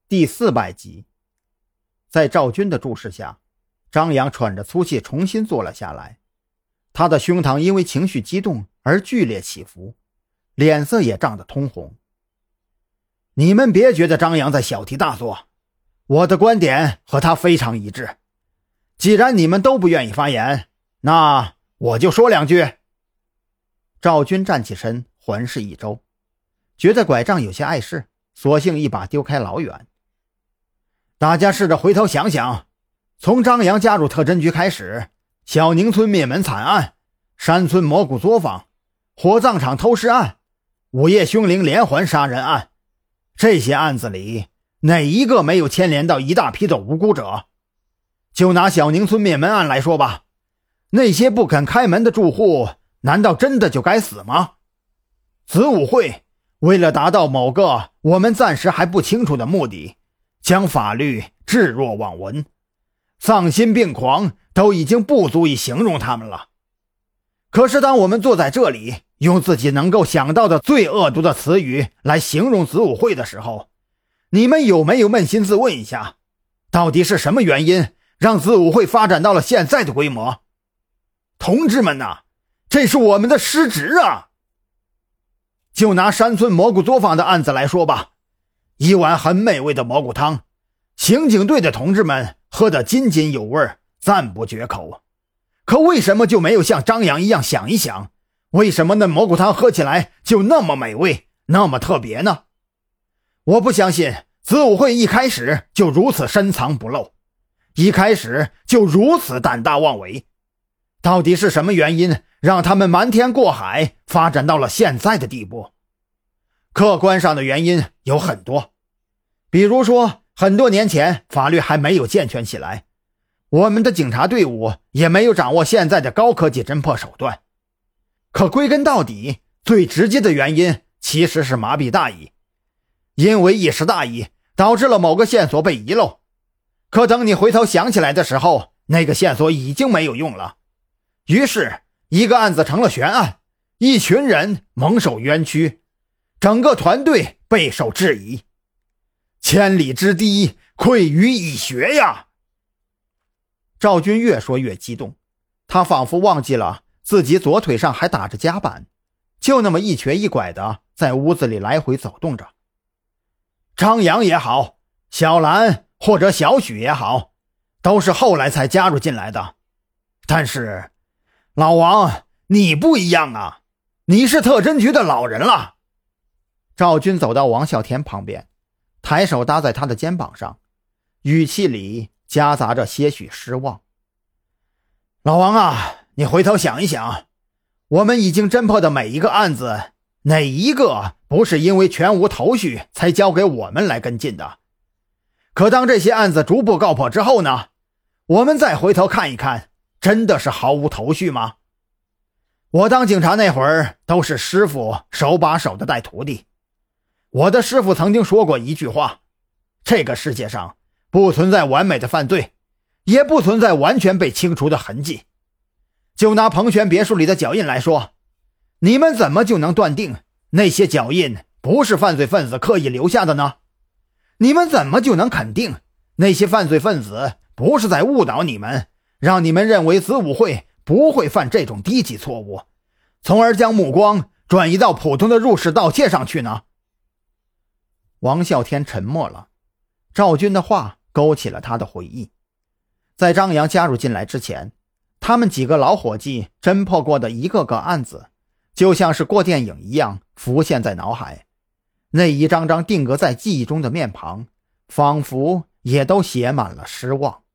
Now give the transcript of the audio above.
第400集。在赵军的注视下，张扬喘着粗气重新坐了下来，他的胸膛因为情绪激动而剧烈起伏，脸色也涨得通红。你们别觉得张扬在小题大做，我的观点和他非常一致。既然你们都不愿意发言，那我就说2句。赵军站起身，环视一周，觉得拐杖有些碍事，索性一把丢开老远。大家试着回头想想，从张扬加入特侦局开始，小宁村灭门惨案、山村蘑菇作坊、火葬场偷尸案、午夜凶铃连环杀人案，这些案子里哪一个没有牵连到一大批的无辜者？就拿小宁村灭门案来说吧，那些不肯开门的住户难道真的就该死吗？子午会为了达到某个我们暂时还不清楚的目的，将法律置若罔闻，丧心病狂都已经不足以形容他们了。可是当我们坐在这里，用自己能够想到的最恶毒的词语来形容子午会的时候，你们有没有扪心自问一下，到底是什么原因让子午会发展到了现在的规模？同志们呐，这是我们的失职啊！就拿山村蘑菇作坊的案子来说吧，一碗很美味的蘑菇汤，刑警队的同志们喝得津津有味，赞不绝口。可为什么就没有像张扬一样想一想，为什么那蘑菇汤喝起来就那么美味，那么特别呢？我不相信子午会一开始就如此深藏不露，一开始就如此胆大妄为。到底是什么原因让他们瞒天过海，发展到了现在的地步？客观上的原因有很多，比如说很多年前法律还没有健全起来，我们的警察队伍也没有掌握现在的高科技侦破手段。可归根到底，最直接的原因其实是麻痹大意，因为一时大意导致了某个线索被遗漏，可等你回头想起来的时候，那个线索已经没有用了。于是一个案子成了悬案，一群人蒙受冤屈，整个团队备受质疑。千里之堤，溃于蚁穴呀！赵军越说越激动，他仿佛忘记了自己左腿上还打着夹板，就那么一瘸一拐的在屋子里来回走动着。张扬也好，小兰或者小许也好，都是后来才加入进来的。但是老王，你不一样啊，你是特侦局的老人了。赵军走到王啸天旁边，抬手搭在他的肩膀上，语气里夹杂着些许失望。老王啊，你回头想一想，我们已经侦破的每一个案子，哪一个不是因为全无头绪才交给我们来跟进的？可当这些案子逐步告破之后呢，我们再回头看一看，真的是毫无头绪吗？我当警察那会儿都是师傅手把手的带徒弟，我的师傅曾经说过一句话，这个世界上不存在完美的犯罪，也不存在完全被清除的痕迹。就拿彭轩别墅里的脚印来说，你们怎么就能断定那些脚印不是犯罪分子刻意留下的呢？你们怎么就能肯定那些犯罪分子不是在误导你们，让你们认为子午会不会犯这种低级错误，从而将目光转移到普通的入室盗窃上去呢？王啸天沉默了，赵军的话勾起了他的回忆。在张扬加入进来之前，他们几个老伙计侦破过的一个个案子，就像是过电影一样浮现在脑海，那一张张定格在记忆中的面庞，仿佛也都写满了失望。